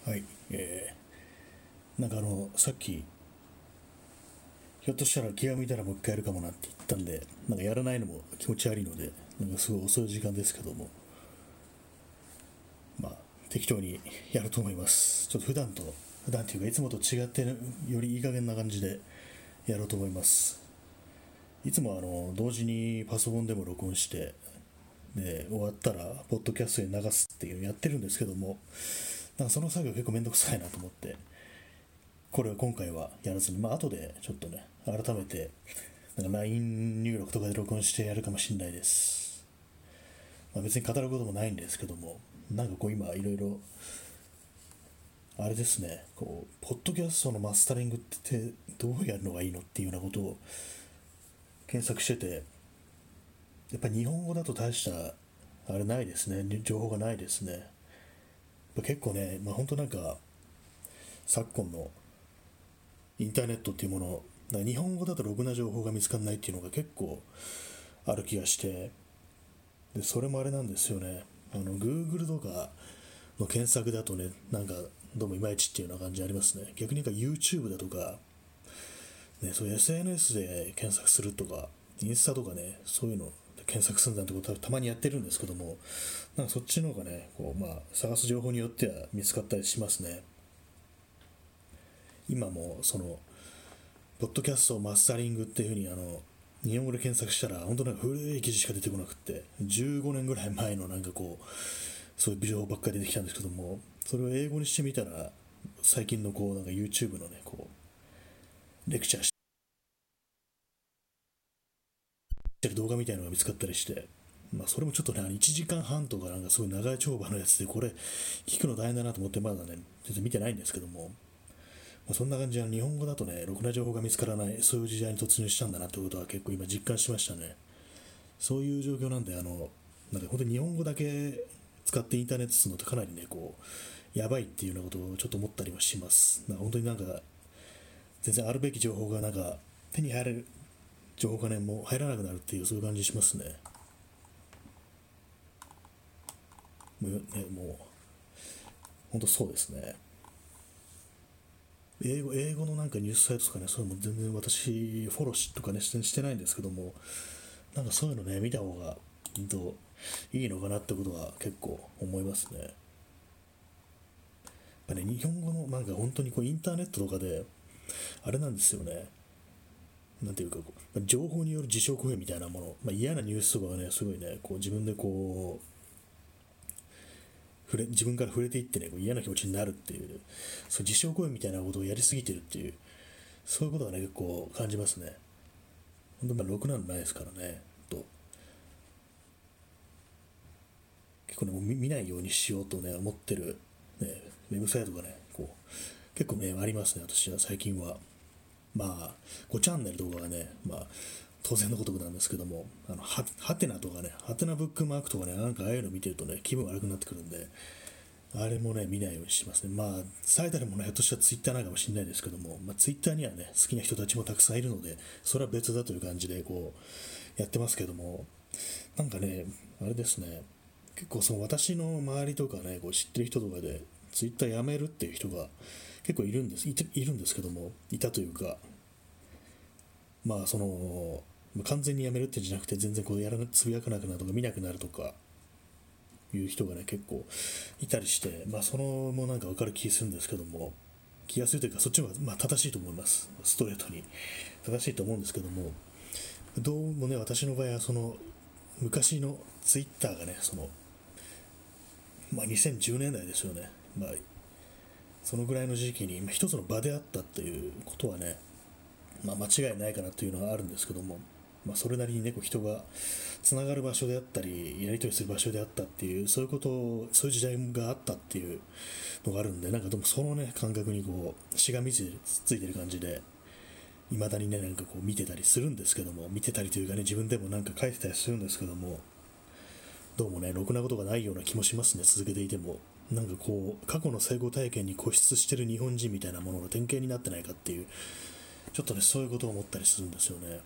はい、さっき、ひょっとしたら気が向いたらもう一回やるかもなって言ったんで、やらないのも気持ち悪いので、すごい遅い時間ですけども、まあ、適当にやると思います。ちょっと普段っていうか、いつもと違って、よりいい加減な感じでやろうと思います。いつも同時にパソコンでも録音して、で、終わったら、ポッドキャストに流すっていうのやってるんですけども、その作業結構めんどくさいなと思って、これは今回はやらずに、後でちょっとね、改めてLINE 入力とかで録音してやるかもしれないです。別に語ることもないんですけども、今いろいろ、あれですね、ポッドキャストのマスタリングってどうやるのがいいのっていうようなことを検索してて、やっぱり日本語だと大した、あれないですね、情報がないですね。結構ね、本当昨今のインターネットっていうもの、日本語だとろくな情報が見つかんないっていうのが結構ある気がして、でそれもあれなんですよね。Google とかの検索だとね、どうもいまいちっていうような感じありますね。逆にYouTube だとか、ね、そういう SNS で検索するとか、インスタとかね、そういうので検索するなんてことはたまにやってるんですけども、そっちの方がね、探す情報によっては見つかったりしますね。今もポッドキャストマスタリングっていうふうに日本語で検索したら、本当古い記事しか出てこなくって、15年ぐらい前のそういう情報ばっかり出てきたんですけども、それを英語にしてみたら、最近のYouTube のね、レクチャーしてる動画みたいなのが見つかったりして、それもちょっとね、1時間半とかすごい長い長波のやつで、これ、聞くの大変だなと思って、まだね、全然見てないんですけども、そんな感じで日本語だとね、ろくな情報が見つからない、そういう時代に突入したんだなということは結構今実感しましたね。そういう状況なんで、本当に日本語だけ使ってインターネットするのってかなりね、やばいっていうようなことをちょっと思ったりはします。本当に全然あるべき情報が手に入る情報がね、もう入らなくなるっていう、そういう感じしますね。もう本当そうですね。英語のニュースサイトとかね、そういうのも全然私、フォローとかね、してないんですけども、そういうのね、見た方が、本当いいのかなってことは結構思いますね。やっぱね、日本語の本当にインターネットとかで、あれなんですよね。なんていうか情報による自傷行為みたいなもの、嫌なニュースとかがね、すごいね、自分で自分から触れていってね、嫌な気持ちになるっていう、そう自傷行為みたいなことをやりすぎてるっていう、そういうことがね、結構感じますね。本当ろくなのないですからね。結構ね、もう見ないようにしようとね、思ってる、ね、ウェブサイトがね、結構ね、ありますね、私は最近は。チャンネルとかがね、当然のごとくなんですけども、ハテナとかね、ハテナブックマークとかね、ああいうの見てるとね、気分悪くなってくるんで、あれもね、見ないようにしますね。最たるものはひょっとしたらツイッターなんかもしれないですけども、ツイッターにはね、好きな人たちもたくさんいるので、それは別だという感じで、やってますけども、あれですね、結構その私の周りとかね、知ってる人とかで、ツイッターやめるっていう人が結構いるんですけども、いたというか、まあその、完全にやめるってんじゃなくて、全然つぶやかなくなるとか見なくなるとか、いう人がね、結構いたりして、そのも分かる気するんですけども、気がするというか、そっちの方が正しいと思います。ストレートに。正しいと思うんですけども、どうもね、私の場合は昔のツイッターがね、2010年代ですよね。そのぐらいの時期に、一つの場であったっていうことはね、間違いないかなというのはあるんですけども、それなりにね、人がつながる場所であったり、やり取りする場所であったっていう、そういうことを、そういう時代があったっていうのがあるんで、でもそのね、感覚にしがみついてる感じで、未だにね、見てたりするんですけども、見てたりというかね、自分でも書いてたりするんですけども、どうもね、ろくなことがないような気もしますね、続けていても。過去の成功体験に固執してる日本人みたいなものの典型になってないかっていう、ちょっとね、そういうことを思ったりするんですよね。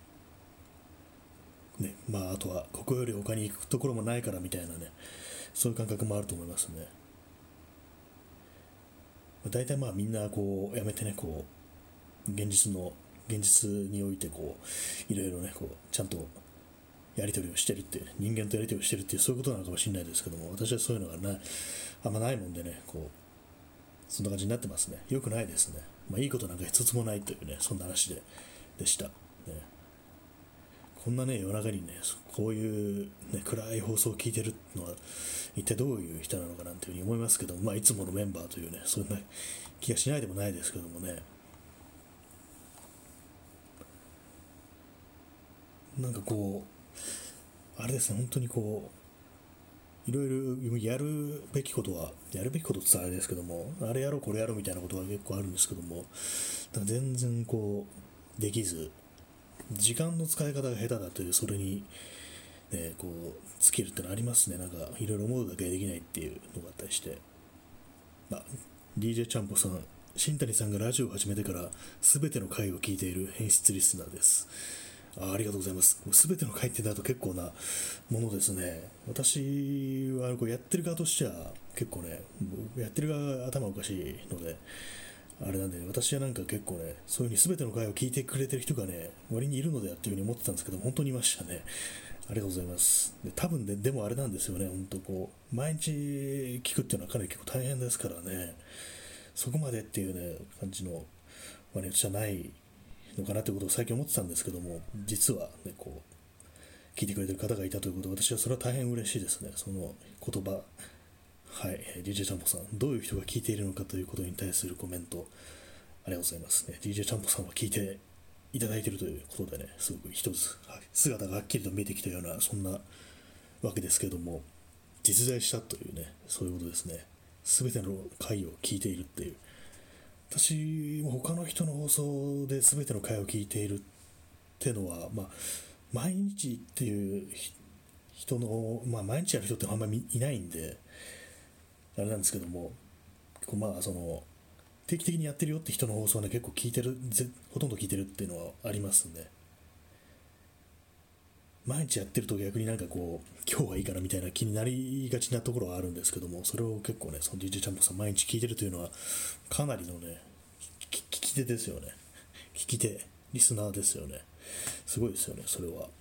あとは、ここより他に行くところもないからみたいなね、そういう感覚もあると思いますね。 大体まあみんなこうやめてね、こう現実においてこういろいろねこうちゃんとやり取りをしてるっていう、ね、人間とやり取りをしてるっていうそういうことなのかもしれないですけども、私はそういうのがあんまないもんでね、こうそんな感じになってますね。よくないですね。まあいいことなんか一つもないというね、そんな話でした。ね、こんなね夜中にねこういう、ね、暗い放送を聞いてるのは一体どういう人なのかなんていうふうに思いますけども、まあいつものメンバーというねそんな気がしないでもないですけどもね、なんかこうあれですね、本当にこういろいろやるべきことって言ったらあれですけども、あれやろうこれやろうみたいなことが結構あるんですけども、なんか全然こうできず、時間の使い方が下手だという、それにねこう尽きるってのありますね。なんかいろいろ思うだけできないっていうのがあったりして、まあ、DJ ちゃんぽさん、新谷さんがラジオを始めてから全ての回を聞いている変質リスナーです。ありがとうございます。全ての回ってなると結構なものですね。私はこうやってる側としては結構ね、やってる側が頭おかしいので、あれなんでね、私はなんか結構ね、そういう風に全ての回を聞いてくれてる人がね、割にいるのではっていう風に思ってたんですけど、本当にいましたね。ありがとうございます。で多分ね、でもあれなんですよね、本当こう、毎日聞くっていうのはかなり結構大変ですからね、そこまでっていうね、感じの、まあね、じゃないのかなってことを最近思ってたんですけども、実はね、こう、聞いてくれてる方がいたということで、私はそれは大変嬉しいですね、その言葉。はい、DJ ちゃんぽさん、どういう人が聞いているのかということに対するコメント、ありがとうございますね。DJ ちゃんぽさんは聞いていただいているということでね、すごく一つ、姿がはっきりと見えてきたような、そんなわけですけれども、実在したというね、そういうことですね。すべての回を聞いているっていう。私も他の人の放送で全ての回を聞いているっていうのは、まあ、毎日っていう人の、まあ、毎日やる人ってあんまりいないんで、あれなんですけども、まあ、その、定期的にやってるよって人の放送はね、結構聞いてる、ほとんど聞いてるっていうのはありますんで、毎日やってると逆になんかこう、今日はいいかなみたいな気になりがちなところはあるんですけども、それを結構ね、その DJ チャンプさん毎日聞いてるというのは、かなりのね、聞き手ですよね。聞き手、リスナーですよね。すごいですよね、それは。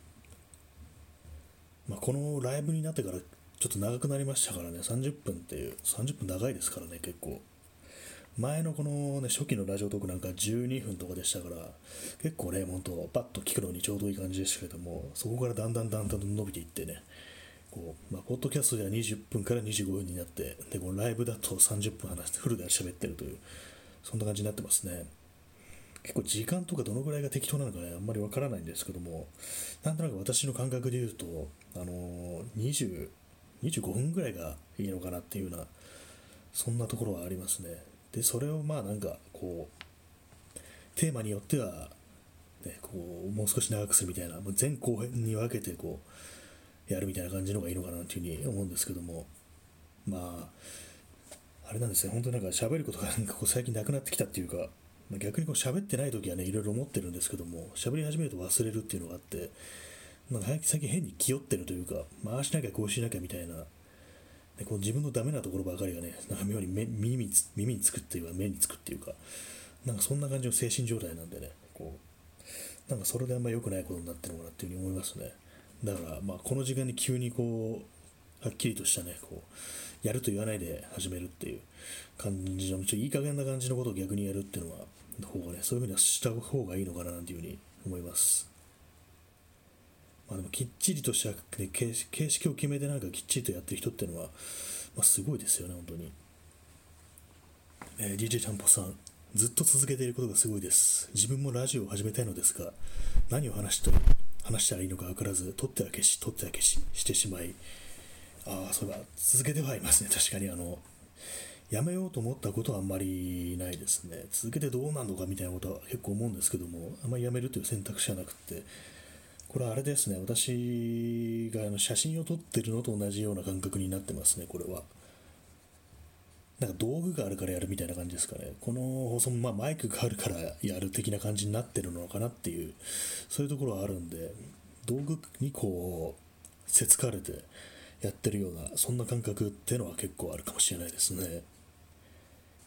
まあ、このライブになってからちょっと長くなりましたからね、30分っていう、30分長いですからね、結構。前のこのね、初期のラジオトークなんか12分とかでしたから、結構ね、ほんと、パッと聞くのにちょうどいい感じでしたけども、そこからだんだんと伸びていってね、こう、まあ、ポッドキャストでは20分から25分になって、で、このライブだと30分話して、フルで喋ってるという、そんな感じになってますね。結構時間とかどのぐらいが適当なのかね、あんまりわからないんですけども、なんとなく私の感覚で言うと、20、25分ぐらいがいいのかなっていうような、そんなところはありますね。で、それをまあなんか、こう、テーマによっては、ね、こう、もう少し長くするみたいな、もう前後編に分けてこう、やるみたいな感じの方がいいのかなっていうふうに思うんですけども、まあ、あれなんですね、本当になんか喋ることがなんかこう最近なくなってきたっていうか、まあ、逆にこう喋ってない時はね、いろいろ思ってるんですけども、喋り始めると忘れるっていうのがあって、なんか最近変に気負ってるというか、回しなきゃこうしなきゃみたいな、でこう自分のダメなところばかりがね、なんか妙に耳につくっていうか、目につくっていうか、なんかそんな感じの精神状態なんでね、こう、なんかそれであんま良くないことになってるのかなっていうふうに思いますね。だから、まあこの時間に急にこう、はっきりとしたね、こう、やると言わないで始めるっていう感じの、ちょっといい加減な感じのことを逆にやるっていうのは、方がね、そういうふうにした方がいいのかななんていうふうに思います。まあでもきっちりとした、ね、形式を決めてなんかきっちりとやってる人っていうのは、まあ、すごいですよね、本当に。DJ ちゃんぽさん、ずっと続けていることがすごいです。自分もラジオを始めたいのですが、何を話したらいいのか分からず、取っては消ししてしまい、ああ、そうだ、続けてはいますね。確かにやめようと思ったことはあんまりないですね。続けてどうなるのかみたいなことは結構思うんですけども、あんまりやめるという選択肢はなくて、これはあれですね、私が写真を撮ってるのと同じような感覚になってますね、これは。なんか道具があるからやるみたいな感じですかね。この放送もまあマイクがあるからやる的な感じになってるのかなっていう、そういうところはあるんで、道具にこう、せつかれてやってるような、そんな感覚っていうのは結構あるかもしれないですね。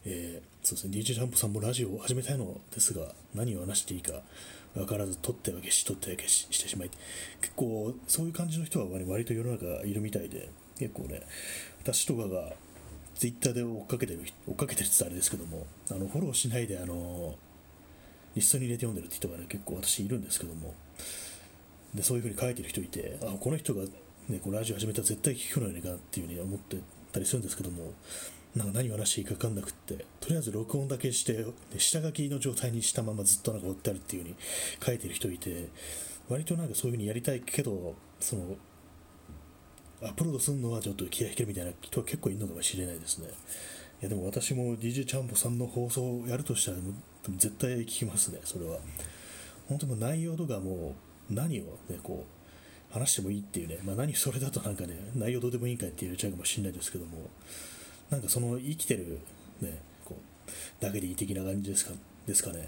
そうですね、DJ ジャンプさんもラジオを始めたいのですが、何を話していいか分からず、取っては消し、取っては消ししてしまい、結構そういう感じの人は割と世の中いるみたいで、結構ね、私とかがツイッターで追っかけてるって言ったらあれですけども、フォローしないで、リストに入れて読んでるって人がね、結構私いるんですけども、でそういう風に書いてる人いて、この人が、ね、このラジオ始めたら絶対聞くのよねかっていう風に思ってたりするんですけども、なんか何を話していいか分かんなくって、とりあえず録音だけして、で下書きの状態にしたままずっとなんか追ってあるっていう風に書いてる人いて、割となんかそういう風にやりたいけど、アップロードするのはちょっと気が引けるみたいな人は結構いるのかもしれないですね。いやでも私も DJ チャンポさんの放送をやるとしたら絶対聞きますね、それは。本当にもう内容とかもう何をね、こう話してもいいっていうね、何それだとなんかね、内容どうでもいいんかいって言われちゃうかもしれないですけども、なんかその生きてるね、こうだけでいい的な感じですかね。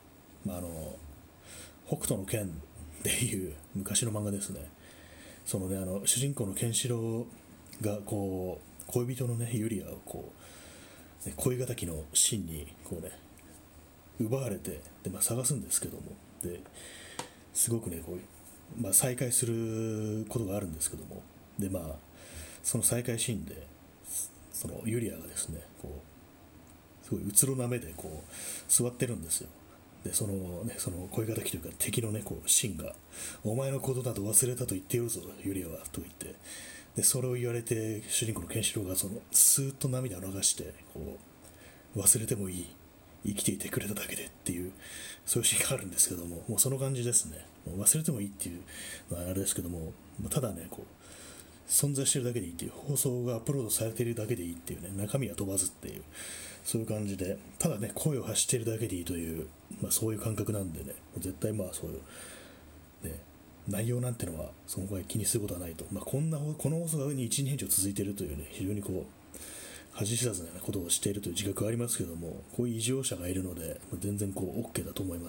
北斗の拳っていう昔の漫画ですね。そのね、主人公のケンシロウがこう恋人のねユリアをこう、ね、恋敵のシンにこうね奪われてで、探すんですけども、ですごくねこう、再会することがあるんですけども、でその再会シーンでそのユリアがですねこうすごいうつろな目でこう座ってるんですよ。でその恋敵というか敵のねこうシンが「お前のことなど忘れたと言っているぞユリアは」と言って、でそれを言われて主人公のケンシロウがスーッと涙を流してこう忘れてもいい、生きていてくれただけでっていう、そういうシーンがあるんですけども、もうその感じですね。もう忘れてもいいっていうのはあれですけども、ただねこう存在してるだけでいいっていう、放送がアップロードされているだけでいいっていうね、中身は飛ばずっていう、そういう感じで、ただね声を発しているだけでいいという、そういう感覚なんでね、絶対そういうね内容なんてのはそのぐらい気にすることはないと、この放送がに1年以上続いているというね、非常にこう恥知らずなことをしているという自覚がありますけども、こういう異常者がいるので全然こう OK だと思います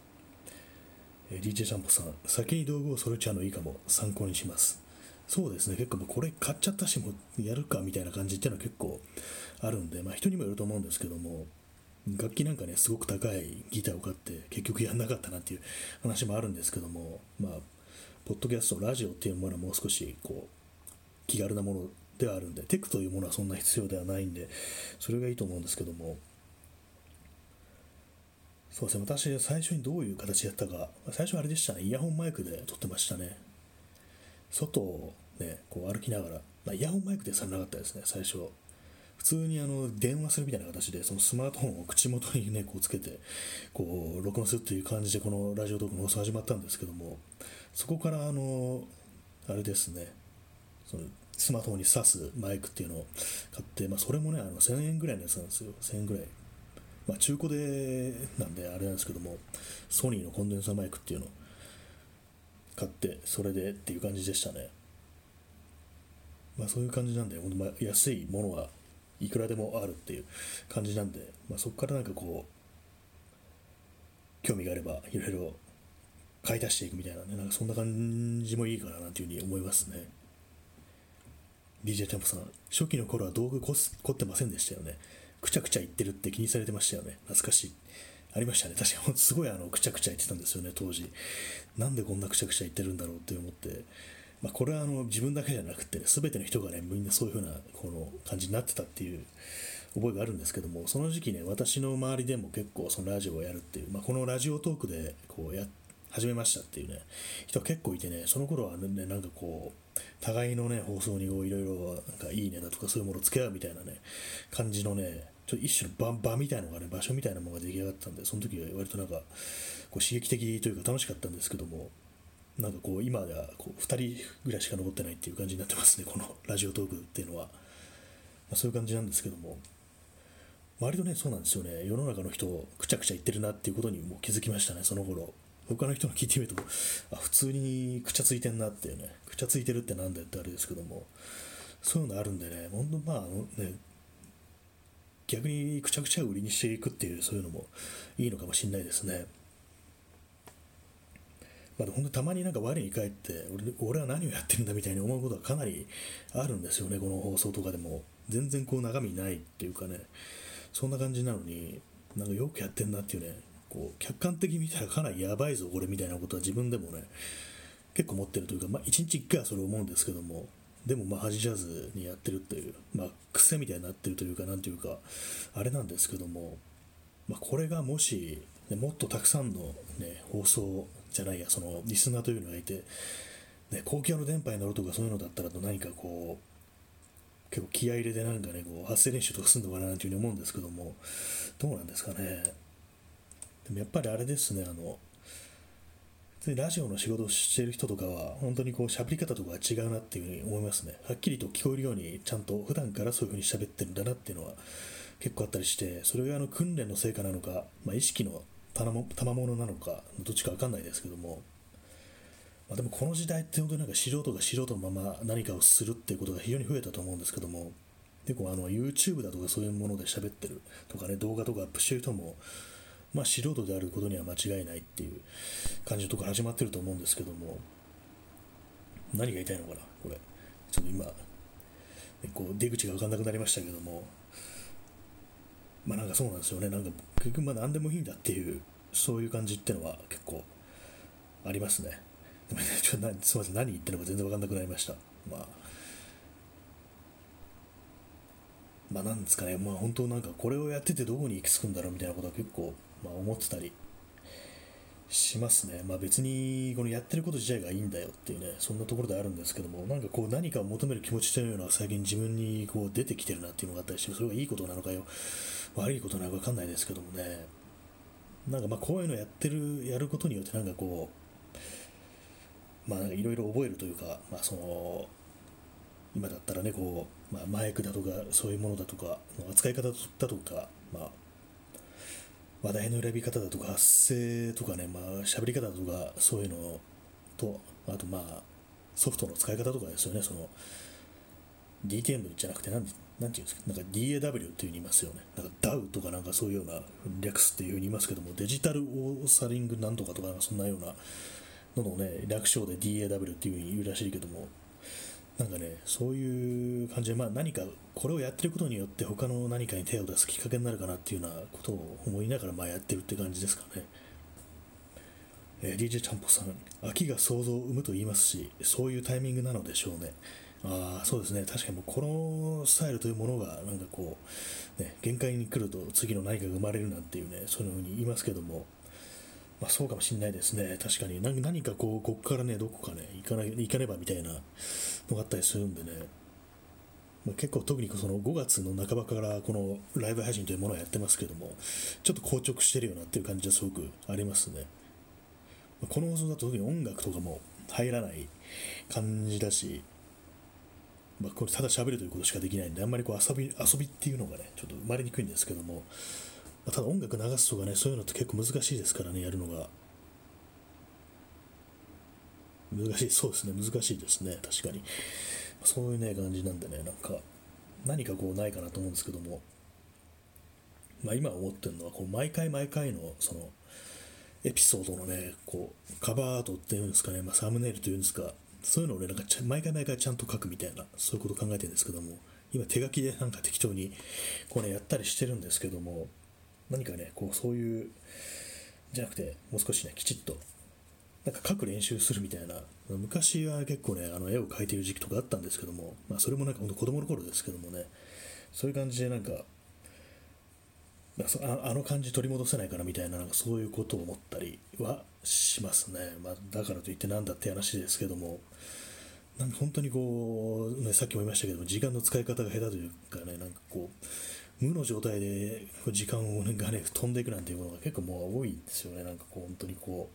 。DJ ジャンボさん、先に道具を揃えちゃうのいいかも、参考にします。そうですね、結構これ買っちゃったしもやるかみたいな感じっていうのは結構あるんで、人にもよると思うんですけども、楽器なんかねすごく高いギターを買って結局やんなかったなんていう話もあるんですけども、ポッドキャストラジオっていうものはもう少しこう気軽なものではあるんで、テクというものはそんな必要ではないんで、それがいいと思うんですけども、そうですね、私最初にどういう形でやったか、最初はあれでしたね、イヤホンマイクで撮ってましたね。外をねこう歩きながら、イヤホンマイクでされなかったですね最初。普通に電話するみたいな形でそのスマートフォンを口元にねこうつけてこう録音するっていう感じでこのラジオトークの放送始まったんですけども、そこからあれですね、そのスマートフォンに挿すマイクっていうのを買って、それもね1000円ぐらいのやつなんですよ。1000円ぐらい、中古でなんであれなんですけども、ソニーのコンデンサーマイクっていうのを買って、それでっていう感じでしたね。そういう感じなんで、安いものはいくらでもあるっていう感じなんで、そこからなんかこう興味があればいろいろ買い足していくみたいなね、なんかそんな感じもいいかななんていうふうに思いますね。DJ テンポさん、初期の頃は道具凝ってませんでしたよね。くちゃくちゃ言ってるって気にされてましたよね。懐かしい。ありましたね。確かにすごいくちゃくちゃ言ってたんですよね、当時。なんでこんなくちゃくちゃ言ってるんだろうって思って。これは自分だけじゃなくて、ね、全ての人がね、みんなそういう風なこの感じになってたっていう覚えがあるんですけども、その時期ね、私の周りでも結構そのラジオをやるっていう、このラジオトークでこう始めましたっていうね、人は結構いてね、その頃はね、なんかこう、互いのね、放送にいろいろ、なんかいいねだとかそういうものを付け合うみたいなね、感じのね、ちょっと一種の場みたいなのがね、場所みたいなものが出来上がったんで、その時は割となんか、こう刺激的というか楽しかったんですけども、なんかこう今ではこう2人ぐらいしか残ってないっていう感じになってますね、このラジオトークっていうのは。そういう感じなんですけども、割とねそうなんですよね、世の中の人をくちゃくちゃ言ってるなっていうことにもう気づきましたね、その頃。他の人の聞いてみると、普通にくちゃついてんなっていうね、くちゃついてるってなんだよってあれですけども、そういうのあるんでね、本当ね、逆にくちゃくちゃ売りにしていくっていう、そういうのもいいのかもしれないですね。本当にたまになんか我に返って俺は何をやってるんだみたいに思うことはかなりあるんですよね、この放送とかでも。全然こう中身ないっていうかね、 そんな感じなのに、なんかよくやってんなっていうね、こう客観的に見たらかなりやばいぞこれみたいなことは自分でもね結構持ってるというか、まあ一日一回はそれを思うんですけども、でもまあ恥じらずにやってるっていう、まあ癖みたいになってるというか、なんていうかあれなんですけども、まあこれがもし、ね、もっとたくさんのね放送じゃないや、そのリスナーというのがいて、ね、公共の電波に乗るとかそういうのだったらと何かこう結構気合い入れてなんかねこう発声練習とかするのかななんていうふうに思うんですけども、どうなんですかね。でもやっぱりあれですね、ラジオの仕事をしている人とかは本当にこう喋り方とか違うなっていうふうに思いますね。はっきりと聞こえるようにちゃんと普段からそういうふうに喋ってるんだなっていうのは結構あったりして、それが訓練の成果なのか、まあ、意識の賜物なのかどっちか分かんないですけども、まあ、でもこの時代って本当になんか素人が素人のまま何かをするっていうことが非常に増えたと思うんですけども、結構YouTube だとかそういうもので喋ってるとかね、動画とかアップしてる人もまあ素人であることには間違いないっていう感じのところ始まってると思うんですけども、何が言いたいのかなこれ。ちょっと今こう出口が分かんなくなりましたけども、まあなんかそうなんですよね。なんか結局まあ何でもいいんだっていうそういう感じってのは結構ありますね。でもね、すみません、何言ってるのか全然分かんなくなりました。まあなんですかね、まあ本当なんかこれをやっててどこに行き着くんだろうみたいなことは結構まあ思ってたりしますね。まあ別にこのやってること自体がいいんだよっていうね、そんなところであるんですけども、なんかこう何かを求める気持ちというのは最近自分にこう出てきてるなっていうのがあったりして、それがいいことなのかよ、悪いことなのか分かんないですけどもね、なんかまあこういうのやることによってなんかこう、まあいろいろ覚えるというか、まあその、今だったらね、こう、まあマイクだとかそういうものだとか、の扱い方だとか、まあ話題の選び方だとか発声とかね、まあ喋り方だとかそういうのと、あとまあソフトの使い方とかですよね。その DTM じゃなくてなんていうんですか、なんか DAW っていう風に言いますよね。なんか DAW とかなんかそういうような略すっていう風に言いますけども、デジタルオーサリングなんとかとかそんなようなののね略称で DAW っていう風に言うらしいけども、なんかねそういう感じで、まあ何かこれをやってることによって他の何かに手を出すきっかけになるかなっていうようなことを思いながらまあやってるって感じですかね。DJ ちゃんぽさん、秋が想像を生むと言いますし、そういうタイミングなのでしょうね。ああ、そうですね。確かにもうこのスタイルというものが、なんかこう、ね、限界に来ると次の何かが生まれるなんていうね、そういうふうに言いますけども、まあそうかもしれないですね。確かに何かこう、ここからね、どこかね、行かねばみたいなのがあったりするんでね、まあ、結構特にその5月の半ばからこのライブ配信というものをやってますけども、ちょっと硬直してるよなっていう感じはすごくありますね。この放送だと特に音楽とかも入らない感じだし、まあ、これただ喋るということしかできないんで、あんまりこう遊びっていうのがね、ちょっと生まれにくいんですけども、まあ、ただ音楽流すとかね、そういうのって結構難しいですからね、やるのが。難しい、そうですね、難しいですね、確かに。そういうね、感じなんでね、なんか、何かこうないかなと思うんですけども、まあ今思ってるのは、こう毎回毎回の、その、エピソードのね、こう、カバーアートっていうんですかね、まあ、サムネイルというんですか、そういうのをね、なんか毎回毎回ちゃんと書くみたいな、そういうことを考えてるんですけども、今手書きでなんか適当にこうね、やったりしてるんですけども、何かね、こう、そういう、じゃなくて、もう少しね、きちっと、なんか書く練習するみたいな、昔は結構ね、絵を描いている時期とかあったんですけども、まあ、それもなんか本当子供の頃ですけどもね、そういう感じでなんか、あの感じ取り戻せないかなみたいな、なんかそういうことを思ったりはしますね。まあ、だからといってなんだって話ですけども、なんか本当にこう、ね、さっきも言いましたけども、時間の使い方が下手というかね、なんかこう、無の状態で時間をがね、飛んでいくなんていうものが結構もう多いんですよね。なんかこう、本当にこ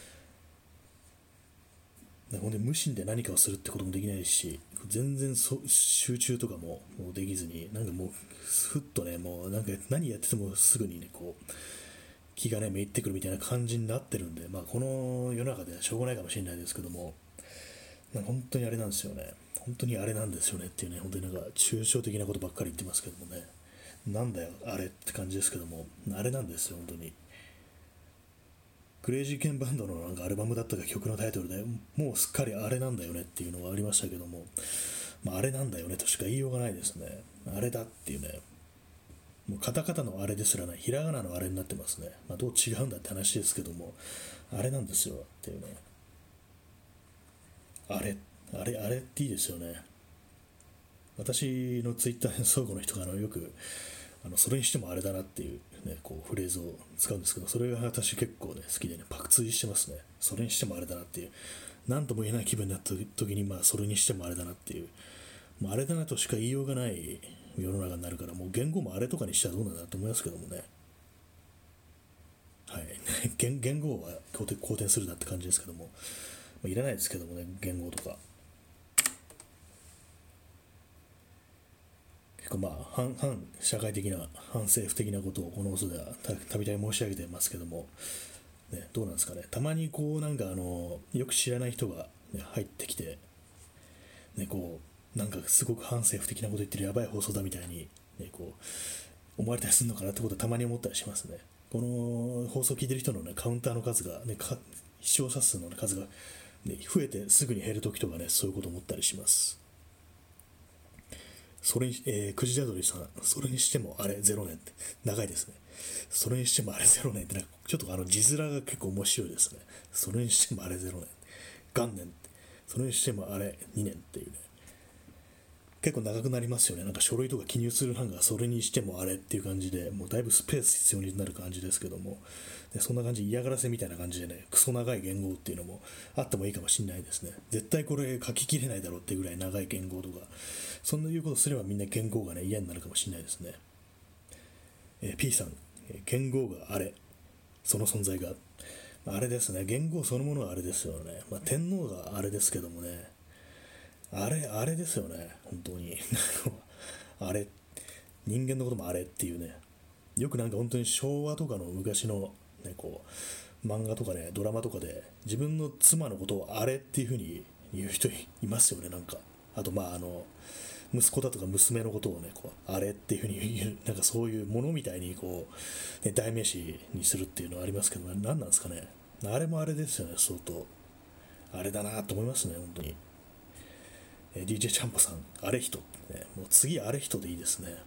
う、本当に無心で何かをするってこともできないし、全然集中とかもできずに、なんかもう、ふっとね、もうなんか何やっててもすぐにね、こう、気がね、めいってくるみたいな感じになってるんで、まあ、この世の中ではしょうがないかもしれないですけども、なんか本当にあれなんですよね。本当にあれなんですよねっていうね、本当になんか抽象的なことばっかり言ってますけどもね、なんだよ、あれって感じですけども、あれなんですよ、本当に。クレイジーケンバンドのなんかアルバムだったか曲のタイトルでもうすっかりあれなんだよねっていうのがありましたけども、まあ、あれなんだよねとしか言いようがないですね。あれだっていうね、 もうカタカタのあれですらない、ひらがなのあれになってますね。まあ、どう違うんだって話ですけども、あれなんですよっていうね。あれ、あれっていいですよね。私のツイッターの相互の人がよくそれにしてもあれだなっていう、ね、こうフレーズを使うんですけど、それが私結構ね好きでね、パクツイしてますね。それにしてもあれだなっていう、何とも言えない気分になった時に、まあそれにしてもあれだなっていう、もうあれだなとしか言いようがない世の中になるから、もう言語もあれとかにしたらどうなんだと思いますけどもね。はい、言語は好転するなって感じですけども、まあ、いらないですけどもね、言語とか。結構まあ反社会的な、反政府的なことをこの放送ではたびたび申し上げてますけども、ね、どうなんですかね。たまにこうなんかよく知らない人が、ね、入ってきて、ね、こうなんかすごく反政府的なこと言ってるやばい放送だみたいに、ね、こう思われたりするのかなってことはたまに思ったりしますね。この放送を聞いてる人の、ね、カウンターの数が、ね、視聴者数の、数が、ね、増えてすぐに減るときとかね、そういうこと思ったりします。それに、くじだどりさん、それにしてもあれ0年って、長いですね。それにしてもあれ0年って、ちょっと字面が結構面白いですね。それにしてもあれ0年。元年って、それにしてもあれ2年っていうね。結構長くなりますよね。なんか書類とか記入する欄がそれにしてもあれっていう感じで、もうだいぶスペース必要になる感じですけども、でそんな感じ、嫌がらせみたいな感じでね、クソ長い言語っていうのもあってもいいかもしれないですね。絶対これ書ききれないだろうっていうぐらい長い言語とか、そんないうことすればみんな言語がね、嫌になるかもしれないですね。P さん、言語があれ、その存在が、あれですね、言語そのものはあれですよね。まあ、天皇があれですけどもね、あれですよね、本当に。あれ、人間のこともあれっていうね、よくなんか本当に昭和とかの昔の、ね、こう、漫画とかね、ドラマとかで、自分の妻のことをあれっていう風に言う人いますよね、なんか。あと、まあ、息子だとか娘のことをね、こう、あれっていう風に言う、なんかそういうものみたいに、こう、ね、代名詞にするっていうのはありますけど、何なんですかね。あれもあれですよね、相当。あれだなと思いますね、本当に。DJ ちゃんぽさん、あれ人、ね、もう次あれ人でいいですね。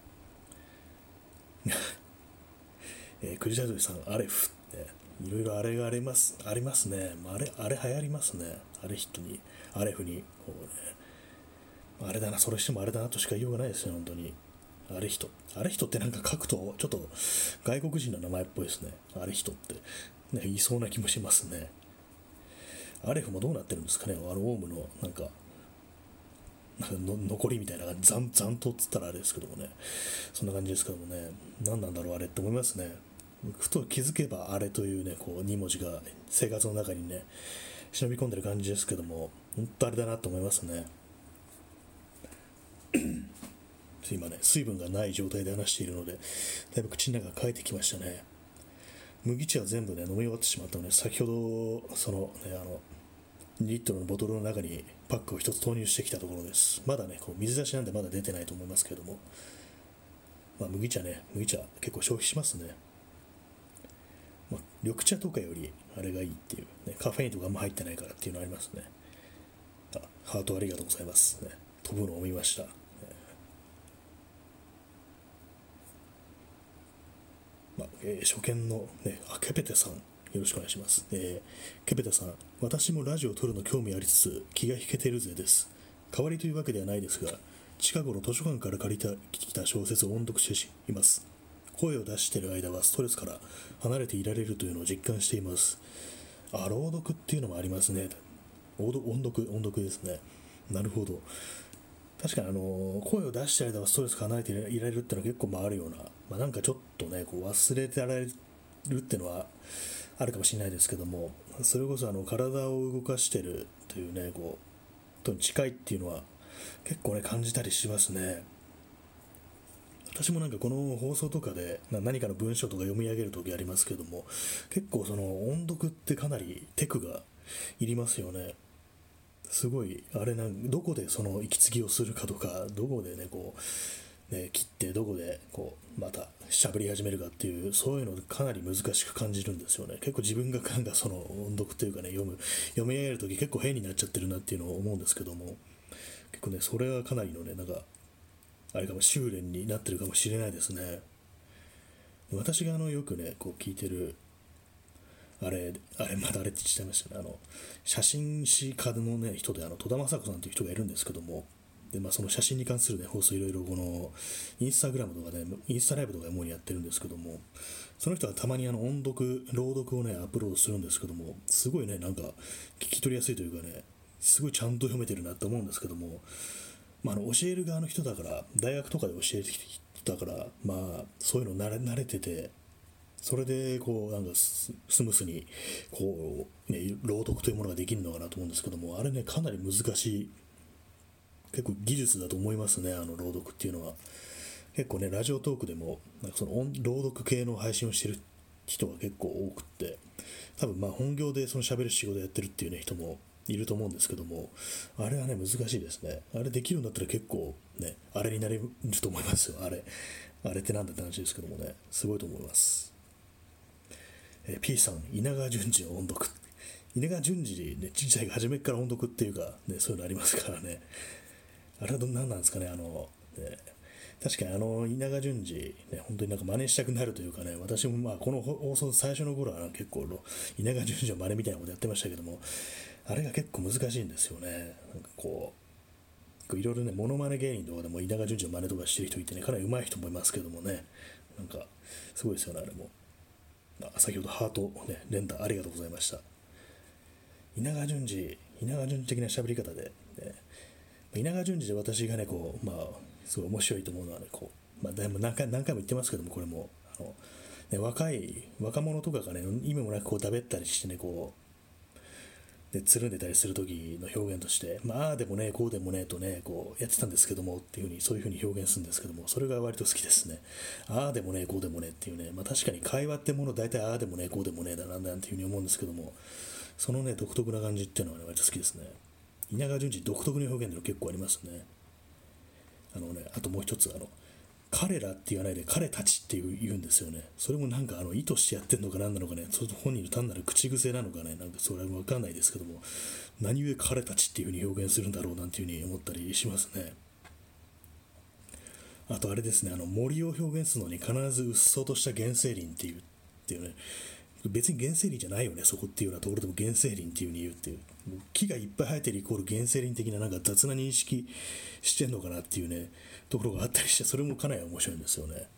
クリジャドリさん、アレフ、ね、いろいろあれがありますね。あれ流行りますね。あれ人に、アレフに、こうね、あれだな、それしてもあれだなとしか言いようがないですね、本当に。あれ人。あれ人ってなんか書くと、ちょっと外国人の名前っぽいですね。あれ人って。ね、言いそうな気もしますね。アレフもどうなってるんですかね、オウムの残りみたいな残党っつったらあれですけどもね、そんな感じですけどもね、何なんだろうあれって思いますね。ふと気づけばあれというね、こう2文字が生活の中にね、忍び込んでる感じですけども、本当あれだなと思いますね。今ね、水分がない状態で話しているので、だいぶ口の中が乾いてきましたね。麦茶は全部ね、飲み終わってしまったので、先ほど、2リットルのボトルの中にパックを一つ投入してきたところです。まだね、こう水出しなんでまだ出てないと思いますけども、まあ、麦茶結構消費しますね。まあ、緑茶とかよりあれがいいっていう、ね、カフェインとかあんま入ってないからっていうのありますね。ハートありがとうございます、ね、飛ぶのを見ました。まあ初見の、ね、ケペテさん、よろしくお願いします。ケペテさん、私もラジオを撮るの興味ありつつ、気が引けてるぜです。代わりというわけではないですが、近頃図書館から借りてきた小説を音読しています。声を出している間はストレスから離れていられるというのを実感しています。朗読っていうのもありますね。音読ですね。なるほど。確かに声を出してる間はストレス離れていられるっていうのは結構あるような、まあ、なんかちょっとね、こう忘れてられるっていうのはあるかもしれないですけども、それこそ体を動かしてるというね、こう、とに近いっていうのは結構ね、感じたりしますね。私もなんかこの放送とかで何かの文章とか読み上げるときありますけども、結構その音読ってかなりテクがいりますよね。すごいあれどこでその息継ぎをするかとか、どこでねこうね切ってどこでこうまた喋り始めるかっていう、そういうのかなり難しく感じるんですよね。結構自分がなんかその音読というかね、読み上げるとき結構変になっちゃってるなっていうのを思うんですけども、結構ねそれはかなりのねなんかあれかも修練になってるかもしれないですね。 私がよくね、こう聞いてる、まだあれって言っちゃいましたね。写真誌家のね、人で、戸田正子さんという人がいるんですけども、で、その写真に関するね、放送いろいろインスタグラムとかね、インスタライブとかで主にやってるんですけども、その人がたまに音読、朗読をね、アップロードするんですけども、すごいね、なんか、聞き取りやすいというかね、すごいちゃんと読めてるなと思うんですけども、教える側の人だから、大学とかで教えてきた人だから、そういうの慣れてて、それでなんかスムースに朗読というものができるのかなと思うんですけども、あれね、かなり難しい、結構技術だと思いますね、朗読っていうのは。結構ね、ラジオトークでもなんか朗読系の配信をしてる人が結構多くって、多分本業でその喋る仕事やってるっていうね人もいると思うんですけども、あれはね難しいですね。あれできるんだったら結構ね、あれになれると思いますよ。あれってなんだって話ですけどもね、すごいと思います。P さん、稲川淳二の音読。稲川淳二ね、自体が初めから音読っていうか、ね、そういうのありますからね。あれは何なんですかね、確かに稲川淳二、ね、本当になんか真似したくなるというかね、私もこの放送最初の頃は結構稲川淳二の真似みたいなことやってましたけども、あれが結構難しいんですよね。なんかいろいろね、モノマネ芸人とかでも稲川淳二の真似とかしてる人いてね、かなり上手い人もいますけどもね、なんかすごいですよね、あれも。先ほどハート、ね、連打ありがとうございました。稲川淳二的な喋り方で、ね、稲川淳二で私がね、すごい面白いと思うのはね、でも何回も言ってますけども、これも、ね、若者とかがね、意味もなくだべったりしてね、でつるんでたりする時の表現として、ああでもねこうでもねとねやってたんですけどもっていう風にそういう風に表現するんですけども、それが割と好きですね。ああでもねこうでもねっていうね、確かに会話ってもの大体ああでもねこうでもねだなんていう風に思うんですけども、そのね独特な感じっていうのはね割と好きですね。稲川淳二独特の表現での結構ありますね。あともう一つ彼らって言わないで彼たちって言うんですよね。それもなんか意図してやってるのか何なのかね、その本人の単なる口癖なのかね、なんかそれは分かんないですけども、何故彼たちっていう風に表現するんだろうなんていう風に思ったりしますね。あとあれですね、森を表現するのに必ずうっそうとした原生林っていうね、別に原生林じゃないよねそこっていうようなところでも原生林っていう風に言うっていう、木がいっぱい生えてるイコール原生林的ななんか雑な認識してんのかなっていうねところがあったりして、それもかなり面白いんですよね。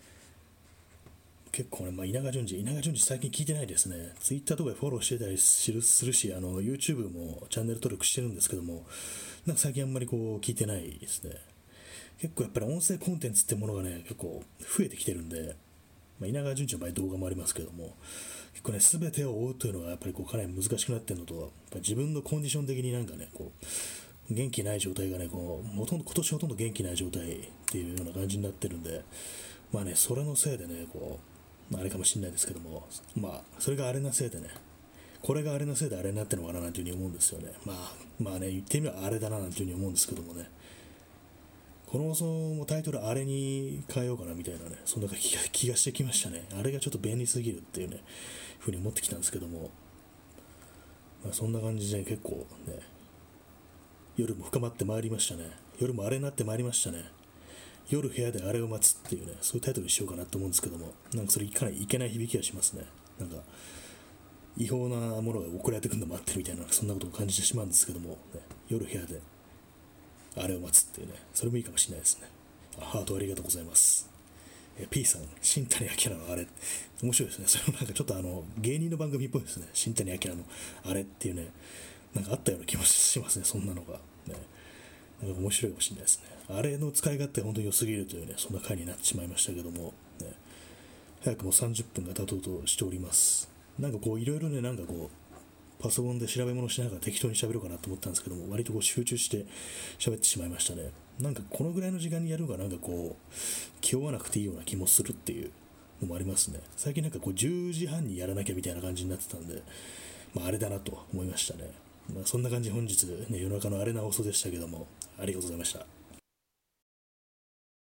結構ね、稲川淳二最近聞いてないですね。ツイッターとかでフォローしてたりするし、YouTube もチャンネル登録してるんですけども、なんか最近あんまり聞いてないですね。結構やっぱり音声コンテンツってものがね、結構増えてきてるんで、稲川淳二の場合動画もありますけども、結構ね、全てを追うというのがやっぱりかなり難しくなってるのと、やっぱり自分のコンディション的になんかね、元気ない状態がね、今年ほとんど元気ない状態っていうような感じになってるんで、それのせいでね、あれかもしれないですけども、それがあれなせいでね、これがあれのせいであれになってるのかななんていうふうに思うんですよね。言ってみればあれだななんていうふうに思うんですけどもね。この放送もタイトルあれに変えようかなみたいなね、そんな気がしてきましたね。あれがちょっと便利すぎるっていうね、ふうに思ってきたんですけども、そんな感じで結構ね、夜も深まってまいりましたね。夜もあれになってまいりましたね。夜部屋であれを待つっていうね、そういうタイトルにしようかなと思うんですけども、なんかそれかなりいけない響きがしますね。なんか違法なものが送られてくるの待ってるみたいな、そんなことを感じてしまうんですけども、ね、夜部屋であれを待つっていうね、それもいいかもしれないですね。ハートありがとうございます。P さん、新谷明のあれ、面白いですね。それもなんかちょっと芸人の番組っぽいですね。新谷明のあれっていうね、なんかあったような気もしますね、そんなのが。ね、なんか面白いかもしれないですね。あれの使い勝手本当に良すぎるというね、そんな回になってしまいましたけども、ね、早くも30分が経とうとしております。なんかいろいろね、なんかパソコンで調べ物しながら適当に喋ろうかなと思ったんですけども、割と集中して喋ってしまいましたね。なんかこのぐらいの時間にやるのがなんか気負わなくていいような気もするっていうのもありますね。最近なんか10時半にやらなきゃみたいな感じになってたんで、あれだなと思いましたね。そんな感じで本日、ね、夜中のあれな放送でしたけども、ありがとうございました。